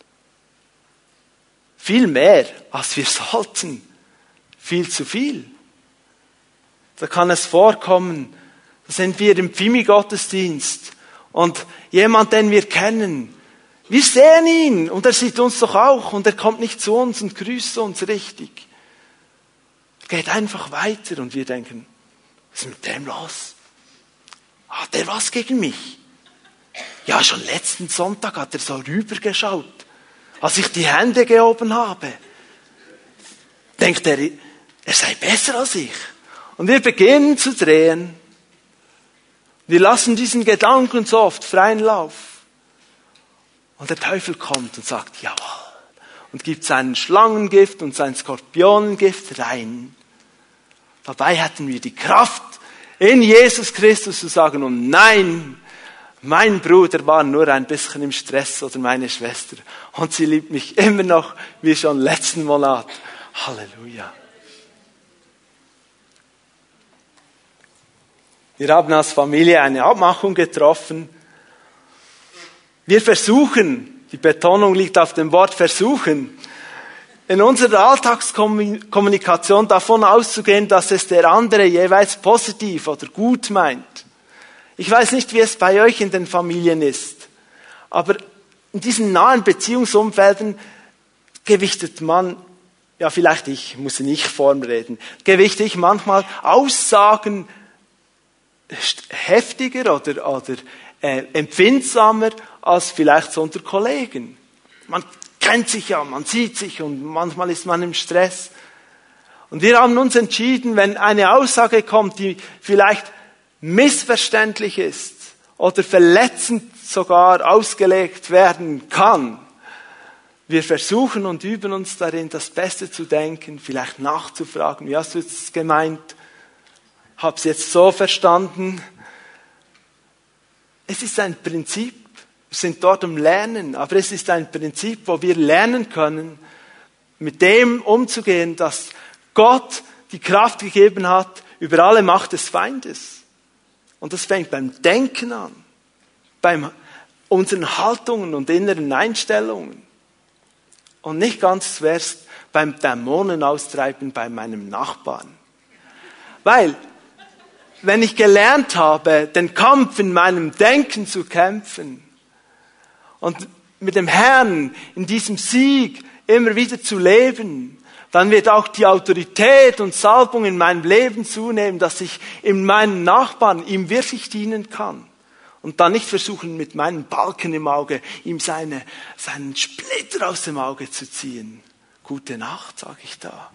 Viel mehr, als wir sollten. Viel zu viel. Da kann es vorkommen, da sind wir im Pfimi-Gottesdienst und jemand, den wir kennen, wir sehen ihn und er sieht uns doch auch und er kommt nicht zu uns und grüßt uns richtig. Er geht einfach weiter und wir denken, was ist mit dem los? Hat er was gegen mich? Ja, schon letzten Sonntag hat er so rübergeschaut, als ich die Hände gehoben habe. Denkt er sei besser als ich. Und wir beginnen zu drehen. Wir lassen diesen Gedanken so oft freien Lauf. Und der Teufel kommt und sagt, jawohl. Und gibt sein Schlangengift und sein Skorpionengift rein. Dabei hätten wir die Kraft, in Jesus Christus zu sagen, und nein, mein Bruder war nur ein bisschen im Stress oder meine Schwester. Und sie liebt mich immer noch, wie schon letzten Monat. Halleluja. Wir haben als Familie eine Abmachung getroffen. Wir versuchen, die Betonung liegt auf dem Wort versuchen, in unserer Alltagskommunikation davon auszugehen, dass es der andere jeweils positiv oder gut meint. Ich weiß nicht, wie es bei euch in den Familien ist, aber in diesen nahen Beziehungsumfelden gewichtet man, ja vielleicht ich, muss in Ich-Form reden, gewichte ich manchmal Aussagen heftiger oder empfindsamer als vielleicht so unter Kollegen. Man kennt sich ja, man sieht sich und manchmal ist man im Stress. Und wir haben uns entschieden, wenn eine Aussage kommt, die vielleicht missverständlich ist oder verletzend sogar ausgelegt werden kann, wir versuchen und üben uns darin, das Beste zu denken, vielleicht nachzufragen, wie hast du es gemeint? Hab's jetzt so verstanden. Es ist ein Prinzip, wir sind dort am Lernen, aber es ist ein Prinzip, wo wir lernen können, mit dem umzugehen, dass Gott die Kraft gegeben hat, über alle Macht des Feindes. Und das fängt beim Denken an, bei unseren Haltungen und inneren Einstellungen. Und nicht ganz zuerst beim Dämonen austreiben bei meinem Nachbarn. Weil, wenn ich gelernt habe, den Kampf in meinem Denken zu kämpfen und mit dem Herrn in diesem Sieg immer wieder zu leben, dann wird auch die Autorität und Salbung in meinem Leben zunehmen, dass ich in meinen Nachbarn ihm wirklich dienen kann. Und dann nicht versuchen, mit meinem Balken im Auge ihm seinen Splitter aus dem Auge zu ziehen. Gute Nacht, sage ich da.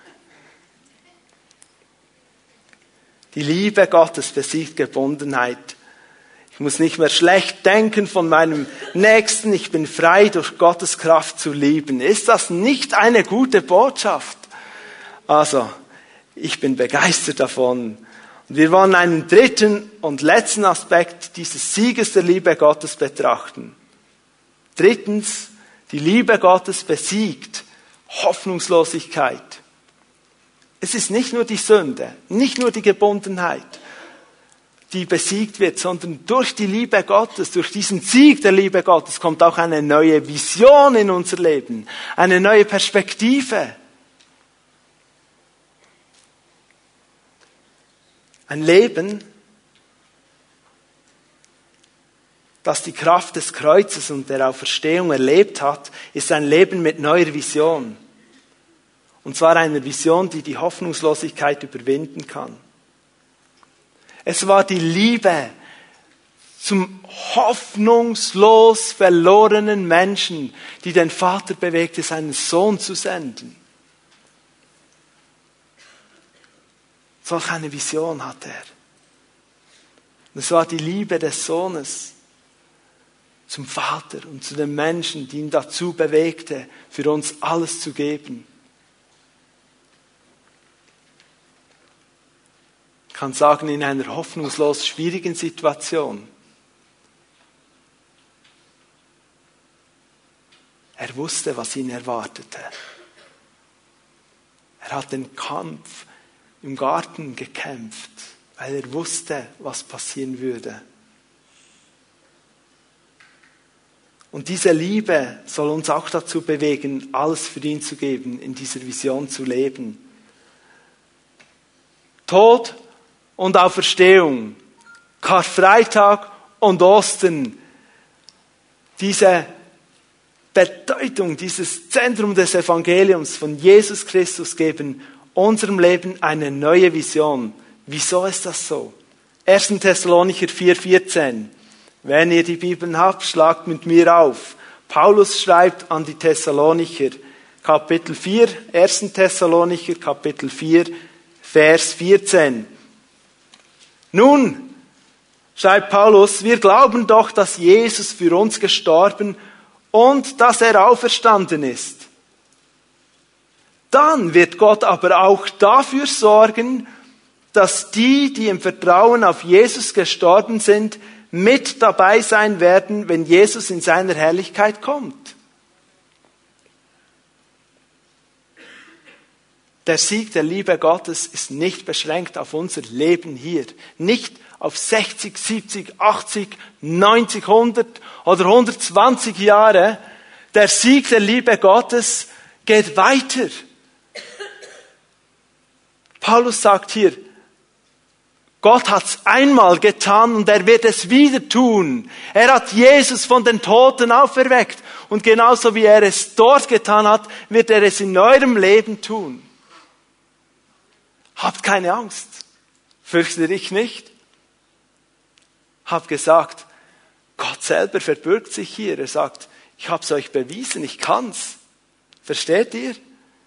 Die Liebe Gottes besiegt Gebundenheit. Ich muss nicht mehr schlecht denken von meinem Nächsten. Ich bin frei, durch Gottes Kraft zu lieben. Ist das nicht eine gute Botschaft? Also, ich bin begeistert davon. Und wir wollen einen dritten und letzten Aspekt dieses Sieges der Liebe Gottes betrachten. Drittens, die Liebe Gottes besiegt Hoffnungslosigkeit. Es ist nicht nur die Sünde, nicht nur die Gebundenheit, die besiegt wird, sondern durch die Liebe Gottes, durch diesen Sieg der Liebe Gottes kommt auch eine neue Vision in unser Leben, eine neue Perspektive. Ein Leben, das die Kraft des Kreuzes und der Auferstehung erlebt hat, ist ein Leben mit neuer Vision. Und zwar einer Vision, die die Hoffnungslosigkeit überwinden kann. Es war die Liebe zum hoffnungslos verlorenen Menschen, die den Vater bewegte, seinen Sohn zu senden. Solch eine Vision hatte er. Und es war die Liebe des Sohnes zum Vater und zu den Menschen, die ihn dazu bewegte, für uns alles zu geben. Ich kann sagen, in einer hoffnungslos schwierigen Situation. Er wusste, was ihn erwartete. Er hat den Kampf im Garten gekämpft, weil er wusste, was passieren würde. Und diese Liebe soll uns auch dazu bewegen, alles für ihn zu geben, in dieser Vision zu leben. Tod und Auferstehung, Karfreitag und Ostern, diese Bedeutung, dieses Zentrum des Evangeliums von Jesus Christus geben unserem Leben eine neue Vision. Wieso ist das so? 1. Thessalonicher 4,14. Wenn ihr die Bibeln habt, schlagt mit mir auf. Paulus schreibt an die Thessalonicher, Kapitel 4, 1. Thessalonicher, Kapitel 4, Vers 14. Nun, schreibt Paulus, wir glauben doch, dass Jesus für uns gestorben und dass er auferstanden ist. Dann wird Gott aber auch dafür sorgen, dass die im Vertrauen auf Jesus gestorben sind, mit dabei sein werden, wenn Jesus in seiner Herrlichkeit kommt. Der Sieg der Liebe Gottes ist nicht beschränkt auf unser Leben hier. Nicht auf 60, 70, 80, 90, 100 oder 120 Jahre. Der Sieg der Liebe Gottes geht weiter. Paulus sagt hier, Gott hat es einmal getan und er wird es wieder tun. Er hat Jesus von den Toten auferweckt. Und genauso wie er es dort getan hat, wird er es in eurem Leben tun. Habt keine Angst. Fürchte dich nicht. Hab gesagt, Gott selber verbirgt sich hier. Er sagt, ich habe es euch bewiesen, ich kann's. Versteht ihr?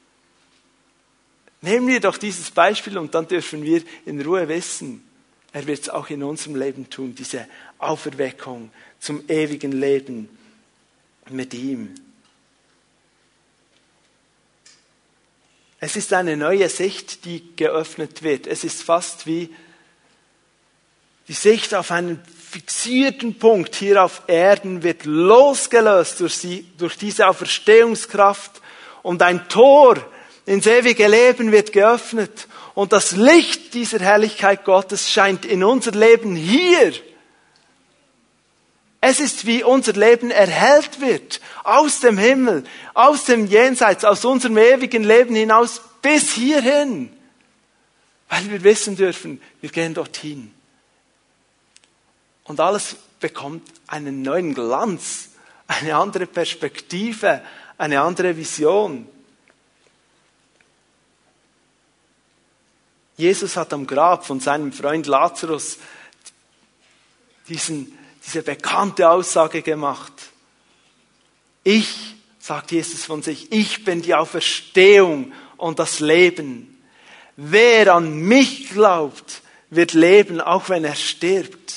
Nehmen wir doch dieses Beispiel und dann dürfen wir in Ruhe wissen, er wird es auch in unserem Leben tun, diese Auferweckung zum ewigen Leben mit ihm. Es ist eine neue Sicht, die geöffnet wird. Es ist fast wie die Sicht auf einen fixierten Punkt hier auf Erden wird losgelöst durch diese Auferstehungskraft und ein Tor ins ewige Leben wird geöffnet und das Licht dieser Herrlichkeit Gottes scheint in unser Leben hier. Es ist, wie unser Leben erhellt wird, aus dem Himmel, aus dem Jenseits, aus unserem ewigen Leben hinaus bis hierhin. Weil wir wissen dürfen, wir gehen dorthin. Und alles bekommt einen neuen Glanz, eine andere Perspektive, eine andere Vision. Jesus hat am Grab von seinem Freund Lazarus diese bekannte Aussage gemacht. Ich, sagt Jesus von sich, ich bin die Auferstehung und das Leben. Wer an mich glaubt, wird leben, auch wenn er stirbt.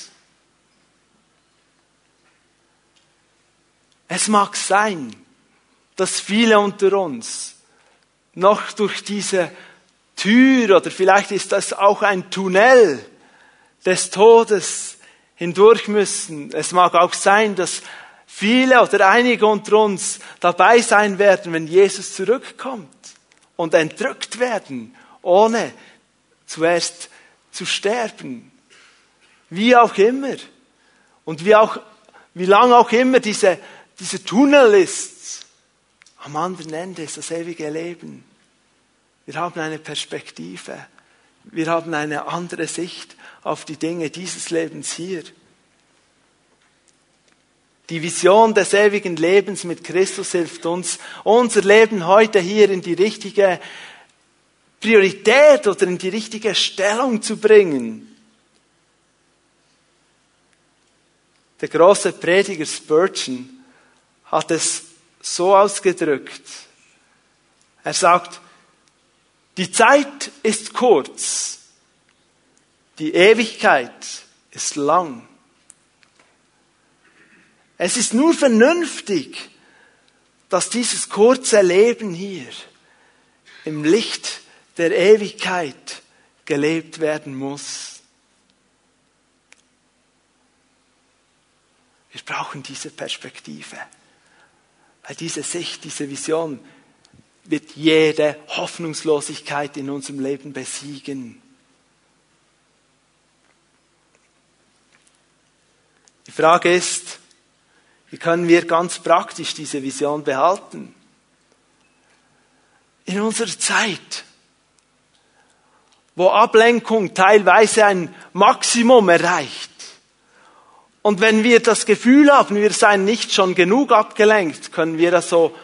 Es mag sein, dass viele unter uns noch durch diese Tür oder vielleicht ist das auch ein Tunnel des Todes hindurch müssen. Es mag auch sein, dass viele oder einige unter uns dabei sein werden, wenn Jesus zurückkommt und entrückt werden, ohne zuerst zu sterben. Wie auch immer. Und wie lang auch immer dieser Tunnel ist. Am anderen Ende ist das ewige Leben. Wir haben eine Perspektive. Wir haben eine andere Sicht auf die Dinge dieses Lebens hier. Die Vision des ewigen Lebens mit Christus hilft uns, unser Leben heute hier in die richtige Priorität oder in die richtige Stellung zu bringen. Der große Prediger Spurgeon hat es so ausgedrückt. Er sagt, die Zeit ist kurz, die Ewigkeit ist lang. Es ist nur vernünftig, dass dieses kurze Leben hier im Licht der Ewigkeit gelebt werden muss. Wir brauchen diese Perspektive. Weil diese Sicht, diese Vision wird jede Hoffnungslosigkeit in unserem Leben besiegen. Die Frage ist, wie können wir ganz praktisch diese Vision behalten? In unserer Zeit, wo Ablenkung teilweise ein Maximum erreicht. Und wenn wir das Gefühl haben, wir seien nicht schon genug abgelenkt, können wir das so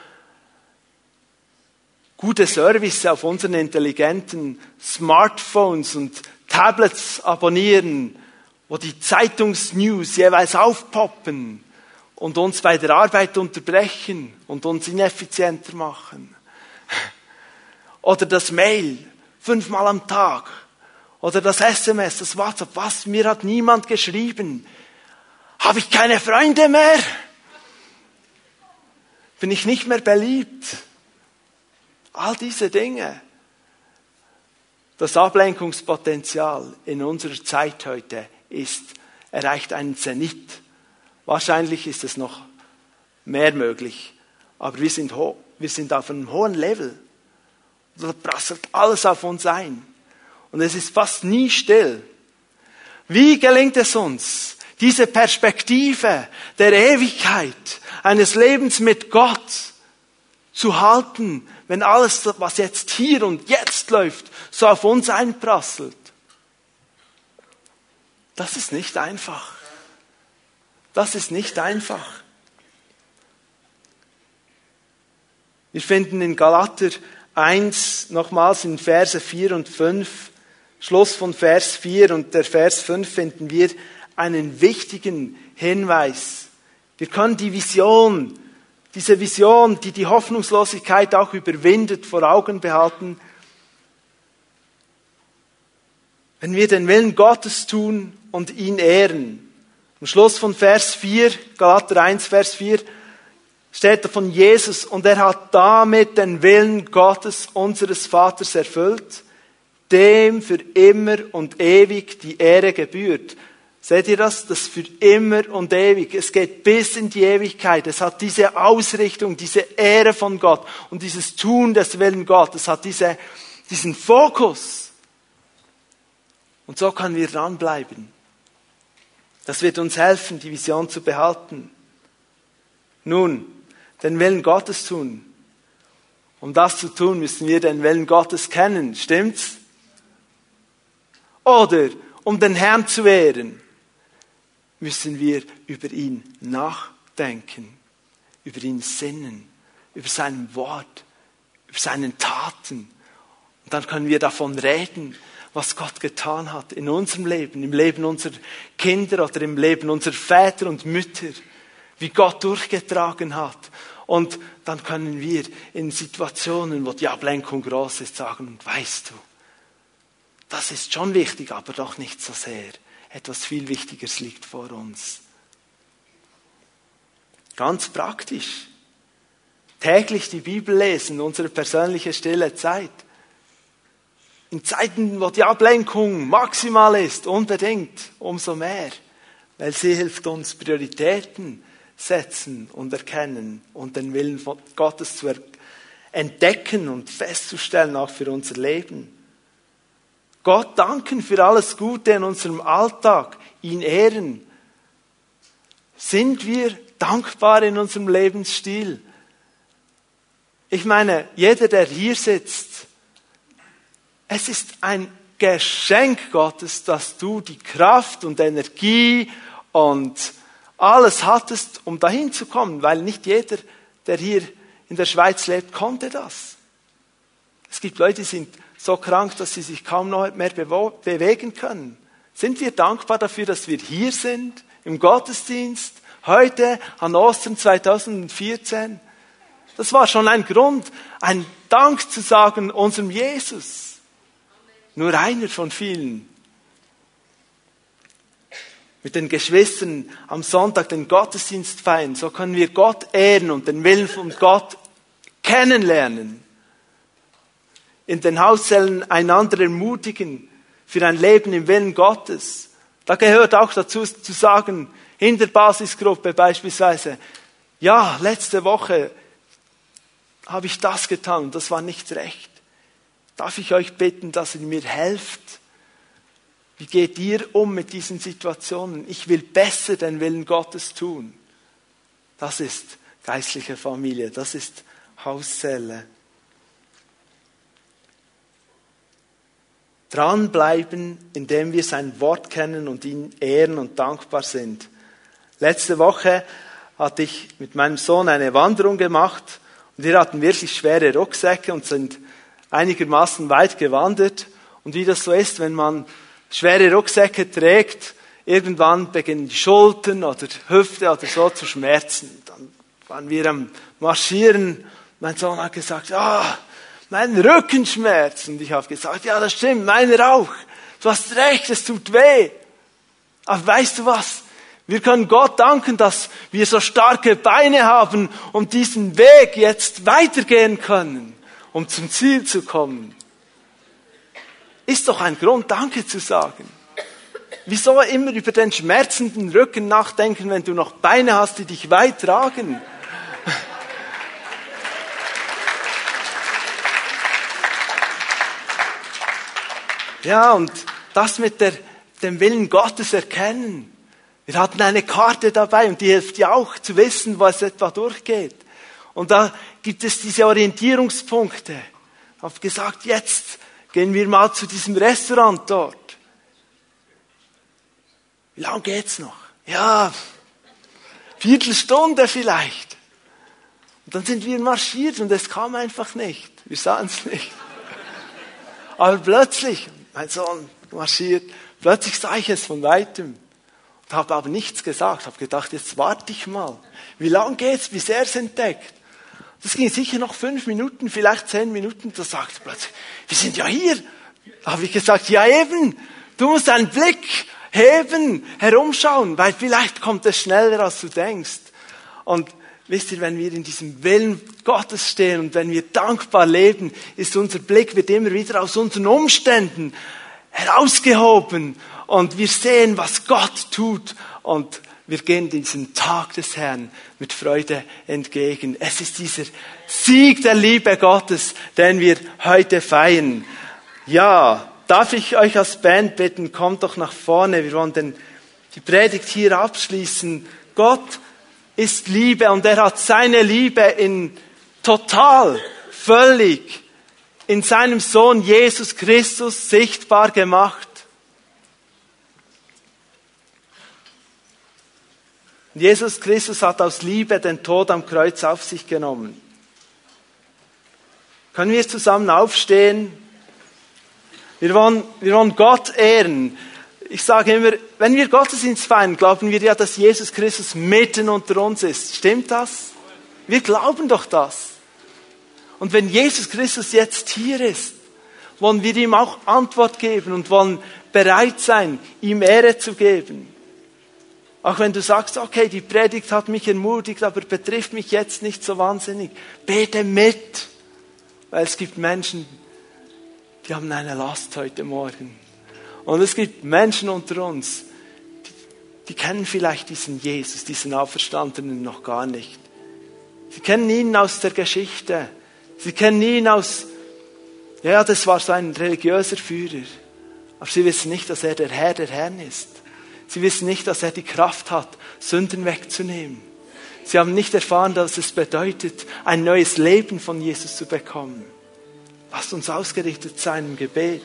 gute Service auf unseren intelligenten Smartphones und Tablets abonnieren, wo die Zeitungsnews jeweils aufpoppen und uns bei der Arbeit unterbrechen und uns ineffizienter machen. Oder das Mail 5-mal am Tag. Oder das SMS, das WhatsApp. Was? Mir hat niemand geschrieben. Habe ich keine Freunde mehr? Bin ich nicht mehr beliebt? All diese Dinge. Das Ablenkungspotenzial in unserer Zeit heute erreicht einen Zenit. Wahrscheinlich ist es noch mehr möglich. Aber wir sind auf einem hohen Level. Da prasselt alles auf uns ein. Und es ist fast nie still. Wie gelingt es uns, diese Perspektive der Ewigkeit, eines Lebens mit Gott zu halten, wenn alles, was jetzt hier und jetzt läuft, so auf uns einprasselt? Das ist nicht einfach. Das ist nicht einfach. Wir finden in Galater 1, nochmals in Verse 4 und 5, Schluss von Vers 4 und der Vers 5 finden wir einen wichtigen Hinweis. Wir können diese Vision, die die Hoffnungslosigkeit auch überwindet, vor Augen behalten. Wenn wir den Willen Gottes tun und ihn ehren. Am Schluss von Vers 4, Galater 1, Vers 4, steht da von Jesus, und er hat damit den Willen Gottes, unseres Vaters, erfüllt, dem für immer und ewig die Ehre gebührt. Seht ihr das? Das für immer und ewig. Es geht bis in die Ewigkeit. Es hat diese Ausrichtung, diese Ehre von Gott und dieses Tun des Willen Gottes hat diesen Fokus. Und so können wir dranbleiben. Das wird uns helfen, die Vision zu behalten. Nun, den Willen Gottes tun. Um das zu tun, müssen wir den Willen Gottes kennen. Stimmt's? Oder, um den Herrn zu ehren, müssen wir über ihn nachdenken, über ihn sinnen, über sein Wort, über seine Taten. Und dann können wir davon reden, was Gott getan hat in unserem Leben, im Leben unserer Kinder oder im Leben unserer Väter und Mütter, wie Gott durchgetragen hat. Und dann können wir in Situationen, wo die Ablenkung groß ist, sagen, weißt du, das ist schon wichtig, aber doch nicht so sehr. Etwas viel Wichtigeres liegt vor uns. Ganz praktisch. Täglich die Bibel lesen, unsere persönliche stille Zeit. In Zeiten, wo die Ablenkung maximal ist, unbedingt, umso mehr. Weil sie hilft uns, Prioritäten setzen und erkennen und den Willen von Gottes zu entdecken und festzustellen, auch für unser Leben. Gott danken für alles Gute in unserem Alltag, ihn ehren. Sind wir dankbar in unserem Lebensstil? Ich meine, jeder, der hier sitzt, es ist ein Geschenk Gottes, dass du die Kraft und Energie und alles hattest, um dahin zu kommen, weil nicht jeder, der hier in der Schweiz lebt, konnte das. Es gibt Leute, die sind so krank, dass sie sich kaum noch mehr bewegen können. Sind wir dankbar dafür, dass wir hier sind, im Gottesdienst, heute an Ostern 2014? Das war schon ein Grund, ein Dank zu sagen unserem Jesus. Nur einer von vielen. Mit den Geschwistern am Sonntag den Gottesdienst feiern, so können wir Gott ehren und den Willen von Gott kennenlernen. In den Hauszellen einander ermutigen für ein Leben im Willen Gottes. Da gehört auch dazu zu sagen, in der Basisgruppe beispielsweise, ja, letzte Woche habe ich das getan und das war nicht recht. Darf ich euch bitten, dass ihr mir helft? Wie geht ihr um mit diesen Situationen? Ich will besser den Willen Gottes tun. Das ist geistliche Familie, das ist Hauszelle. Dranbleiben, indem wir sein Wort kennen und ihn ehren und dankbar sind. Letzte Woche hatte ich mit meinem Sohn eine Wanderung gemacht und wir hatten wirklich schwere Rucksäcke und sind einigermaßen weit gewandert. Und wie das so ist, wenn man schwere Rucksäcke trägt, irgendwann beginnen die Schultern oder die Hüfte oder so zu schmerzen. Dann waren wir am Marschieren. Mein Sohn hat gesagt, mein Rückenschmerz. Und ich habe gesagt, ja, das stimmt, meiner auch. Du hast recht, es tut weh. Aber weißt du was? Wir können Gott danken, dass wir so starke Beine haben und diesen Weg jetzt weitergehen können, um zum Ziel zu kommen. Ist doch ein Grund, Danke zu sagen. Wieso immer über den schmerzenden Rücken nachdenken, wenn du noch Beine hast, die dich weit tragen? Ja, und das mit dem Willen Gottes erkennen. Wir hatten eine Karte dabei und die hilft dir auch zu wissen, was etwa durchgeht. Und da gibt es diese Orientierungspunkte. Ich habe gesagt, jetzt gehen wir mal zu diesem Restaurant dort. Wie lange geht's noch? Ja, Viertelstunde vielleicht. Und dann sind wir marschiert und es kam einfach nicht. Wir sahen es nicht. Aber plötzlich, mein Sohn marschiert, plötzlich sah ich es von Weitem. Und habe aber nichts gesagt. Habe gedacht, jetzt warte ich mal. Wie lange geht's, bis er es entdeckt? Das ging sicher noch 5 Minuten, vielleicht 10 Minuten. Da sagte er plötzlich, wir sind ja hier. Da habe ich gesagt, ja eben, du musst deinen Blick heben, herumschauen, weil vielleicht kommt es schneller, als du denkst. Und wisst ihr, wenn wir in diesem Willen Gottes stehen und wenn wir dankbar leben, ist unser Blick wird immer wieder aus unseren Umständen herausgehoben und wir sehen, was Gott tut und wir gehen diesem Tag des Herrn mit Freude entgegen. Es ist dieser Sieg der Liebe Gottes, den wir heute feiern. Ja, darf ich euch als Band bitten, kommt doch nach vorne. Wir wollen den die Predigt hier abschließen. Gott ist Liebe und er hat seine Liebe total, völlig in seinem Sohn Jesus Christus sichtbar gemacht. Jesus Christus hat aus Liebe den Tod am Kreuz auf sich genommen. Können wir zusammen aufstehen? Wir wollen Gott ehren. Ich sage immer, wenn wir Gottesdienst feiern, glauben wir ja, dass Jesus Christus mitten unter uns ist. Stimmt das? Wir glauben doch das. Und wenn Jesus Christus jetzt hier ist, wollen wir ihm auch Antwort geben und wollen bereit sein, ihm Ehre zu geben. Auch wenn du sagst, okay, die Predigt hat mich ermutigt, aber betrifft mich jetzt nicht so wahnsinnig. Bete mit, weil es gibt Menschen, die haben eine Last heute Morgen. Und es gibt Menschen unter uns, die kennen vielleicht diesen Jesus, diesen Auferstandenen noch gar nicht. Sie kennen ihn aus der Geschichte. Sie kennen ihn aus, ja, das war so ein religiöser Führer. Aber sie wissen nicht, dass er der Herr der Herren ist. Sie wissen nicht, dass er die Kraft hat, Sünden wegzunehmen. Sie haben nicht erfahren, dass es bedeutet, ein neues Leben von Jesus zu bekommen. Lasst uns ausgerichtet sein im Gebet.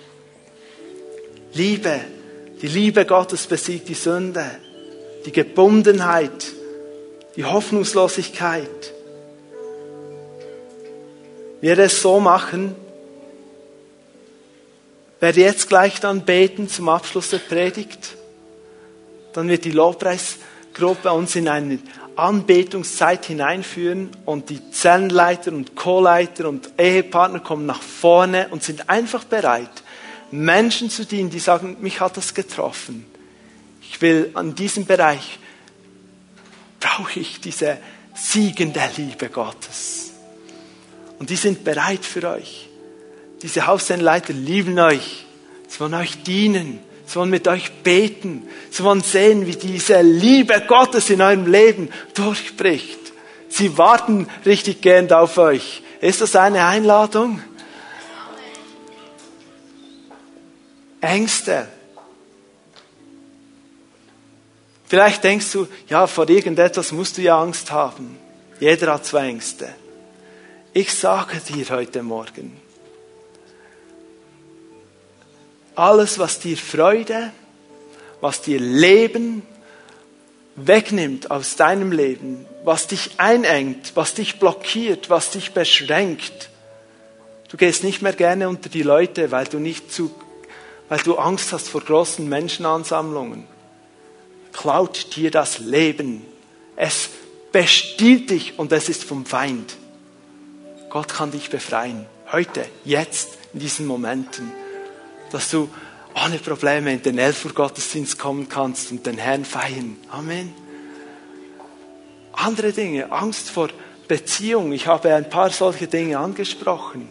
Liebe, die Liebe Gottes besiegt die Sünde, die Gebundenheit, die Hoffnungslosigkeit. Wir es so machen, werde jetzt gleich dann beten zum Abschluss der Predigt. Dann wird die Lobpreisgruppe uns in eine Anbetungszeit hineinführen und die Zellenleiter und Co-Leiter und Ehepartner kommen nach vorne und sind einfach bereit, Menschen zu dienen, die sagen, mich hat das getroffen. Ich will an diesem Bereich, brauche ich diese siegende Liebe Gottes. Und die sind bereit für euch. Diese Hauszellenleiter lieben euch. Sie wollen euch dienen. Sie wollen mit euch beten. Sie wollen sehen, wie diese Liebe Gottes in eurem Leben durchbricht. Sie warten richtig gern auf euch. Ist das eine Einladung? Ängste. Vielleicht denkst du, ja, vor irgendetwas musst du ja Angst haben. Jeder hat zwei Ängste. Ich sage dir heute Morgen, alles, was dir Freude, was dir Leben wegnimmt aus deinem Leben, was dich einengt, was dich blockiert, was dich beschränkt. Du gehst nicht mehr gerne unter die Leute, weil du Angst hast vor großen Menschenansammlungen. Klaut dir das Leben. Es bestiehlt dich und es ist vom Feind. Gott kann dich befreien. Heute, jetzt, in diesen Momenten. Dass du ohne Probleme in den 11 Uhr Gottesdienst kommen kannst und den Herrn feiern. Amen. Andere Dinge, Angst vor Beziehung. Ich habe ein paar solche Dinge angesprochen.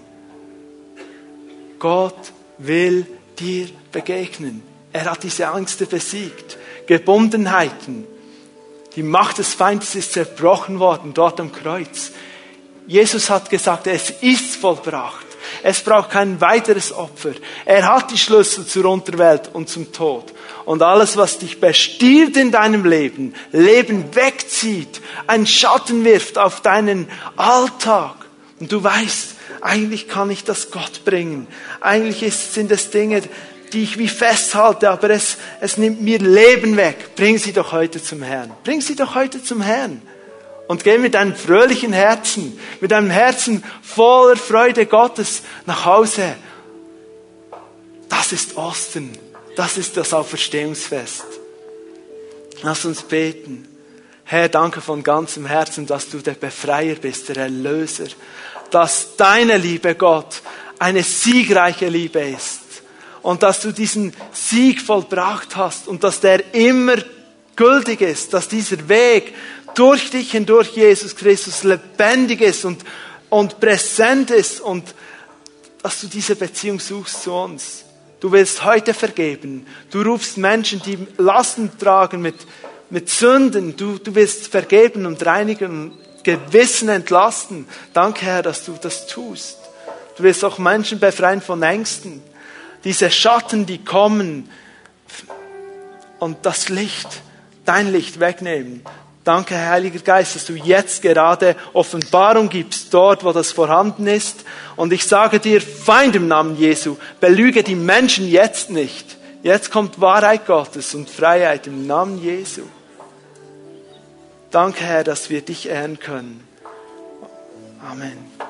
Gott will dir begegnen. Er hat diese Ängste besiegt. Gebundenheiten. Die Macht des Feindes ist zerbrochen worden dort am Kreuz. Jesus hat gesagt, es ist vollbracht. Es braucht kein weiteres Opfer. Er hat die Schlüssel zur Unterwelt und zum Tod. Und alles, was dich bestiehlt in deinem Leben, Leben wegzieht, einen Schatten wirft auf deinen Alltag. Und du weißt, eigentlich kann ich das Gott bringen. Eigentlich sind es Dinge, die ich wie festhalte, aber es nimmt mir Leben weg. Bring sie doch heute zum Herrn. Bring sie doch heute zum Herrn. Und geh mit einem fröhlichen Herzen, mit einem Herzen voller Freude Gottes nach Hause. Das ist Ostern. Das ist das Auferstehungsfest. Lass uns beten. Herr, danke von ganzem Herzen, dass du der Befreier bist, der Erlöser. Dass deine Liebe, Gott, eine siegreiche Liebe ist. Und dass du diesen Sieg vollbracht hast und dass der immer gültig ist, dass dieser Weg durch dich hindurch, Jesus Christus, lebendig ist und präsent ist und dass du diese Beziehung suchst zu uns. Du willst heute vergeben. Du rufst Menschen, die Lasten tragen mit Sünden. Du willst vergeben und reinigen und Gewissen entlasten. Danke, Herr, dass du das tust. Du willst auch Menschen befreien von Ängsten. Diese Schatten, die kommen, und das Licht, dein Licht wegnehmen. Danke, Heiliger Geist, dass du jetzt gerade Offenbarung gibst, dort, wo das vorhanden ist. Und ich sage dir, Feind im Namen Jesu, belüge die Menschen jetzt nicht. Jetzt kommt Wahrheit Gottes und Freiheit im Namen Jesu. Danke, Herr, dass wir dich ehren können. Amen.